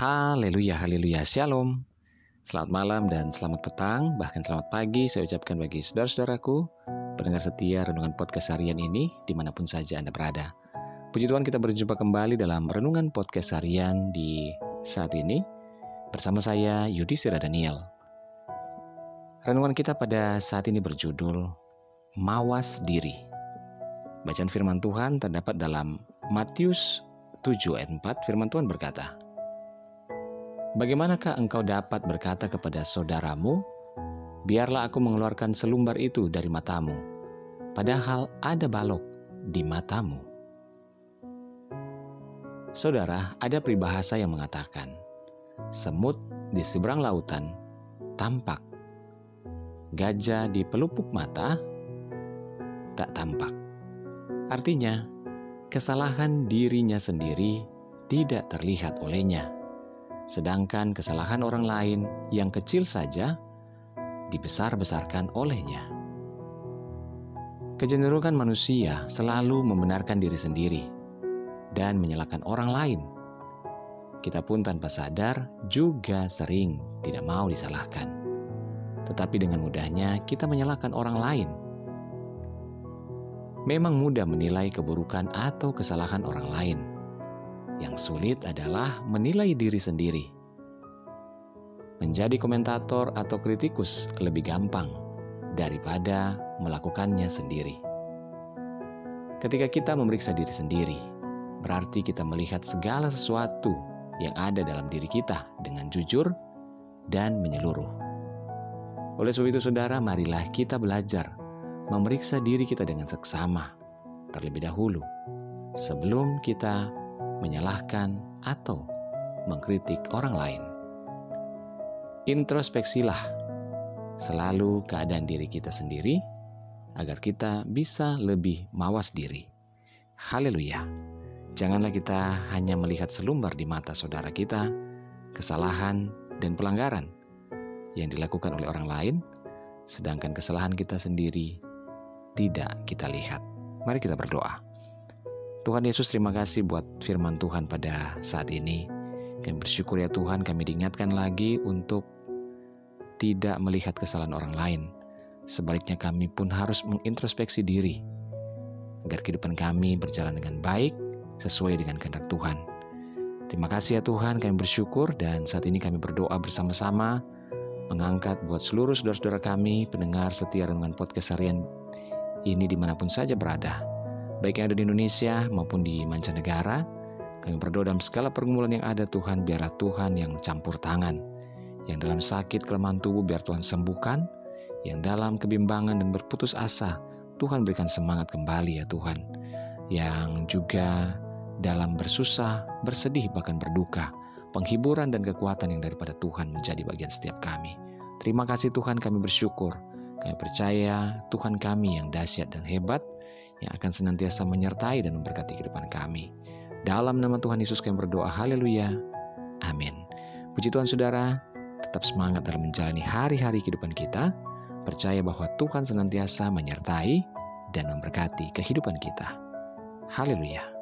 Haleluya, haleluya, shalom. Selamat malam dan selamat petang, bahkan selamat pagi saya ucapkan bagi saudara-saudaraku, pendengar setia Renungan Podcast Harian ini dimanapun saja Anda berada. Puji Tuhan, kita berjumpa kembali dalam Renungan Podcast Harian di saat ini bersama saya Yudhistira Daniel. Renungan kita pada saat ini berjudul Mawas Diri. Bacaan firman Tuhan terdapat dalam Matius 7 ayat 4. Firman Tuhan berkata, "Bagaimanakah engkau dapat berkata kepada saudaramu, biarlah aku mengeluarkan selumbar itu dari matamu, padahal ada balok di matamu?" Saudara, ada peribahasa yang mengatakan, semut di seberang lautan tampak, gajah di pelupuk mata tak tampak. Artinya, kesalahan dirinya sendiri tidak terlihat olehnya. Sedangkan kesalahan orang lain yang kecil saja dibesar-besarkan olehnya. Kecenderungan manusia selalu membenarkan diri sendiri dan menyalahkan orang lain. Kita pun tanpa sadar juga sering tidak mau disalahkan. Tetapi dengan mudahnya kita menyalahkan orang lain. Memang mudah menilai keburukan atau kesalahan orang lain. Yang sulit adalah menilai diri sendiri. Menjadi komentator atau kritikus lebih gampang daripada melakukannya sendiri. Ketika kita memeriksa diri sendiri, berarti kita melihat segala sesuatu yang ada dalam diri kita dengan jujur dan menyeluruh. Oleh sebab itu, saudara, marilah kita belajar memeriksa diri kita dengan seksama terlebih dahulu sebelum kita menyalahkan atau mengkritik orang lain. Introspeksilah selalu keadaan diri kita sendiri agar kita bisa lebih mawas diri. Haleluya. Janganlah kita hanya melihat selumbar di mata saudara kita, kesalahan dan pelanggaran yang dilakukan oleh orang lain, sedangkan kesalahan kita sendiri tidak kita lihat. Mari kita berdoa. Tuhan Yesus, terima kasih buat firman Tuhan pada saat ini. Kami bersyukur ya Tuhan, kami diingatkan lagi untuk tidak melihat kesalahan orang lain. Sebaliknya kami pun harus mengintrospeksi diri agar kehidupan kami berjalan dengan baik sesuai dengan kehendak Tuhan. Terima kasih ya Tuhan, kami bersyukur dan saat ini kami berdoa bersama-sama mengangkat buat seluruh saudara-saudara kami, pendengar setia Renungan Podcast Harian ini dimanapun saja berada, baik yang ada di Indonesia maupun di mancanegara. Kami berdoa dalam segala pergumulan yang ada Tuhan, biarlah Tuhan yang campur tangan. Yang dalam sakit kelemahan tubuh biar Tuhan sembuhkan. Yang dalam kebimbangan dan berputus asa, Tuhan berikan semangat kembali ya Tuhan. Yang juga dalam bersusah, bersedih, bahkan berduka, penghiburan dan kekuatan yang daripada Tuhan menjadi bagian setiap kami. Terima kasih Tuhan, kami bersyukur. Kami percaya Tuhan kami yang dahsyat dan hebat, yang akan senantiasa menyertai dan memberkati kehidupan kami. Dalam nama Tuhan Yesus kami berdoa, haleluya, amin. Puji Tuhan saudara, tetap semangat dalam menjalani hari-hari kehidupan kita, percaya bahwa Tuhan senantiasa menyertai dan memberkati kehidupan kita. Haleluya.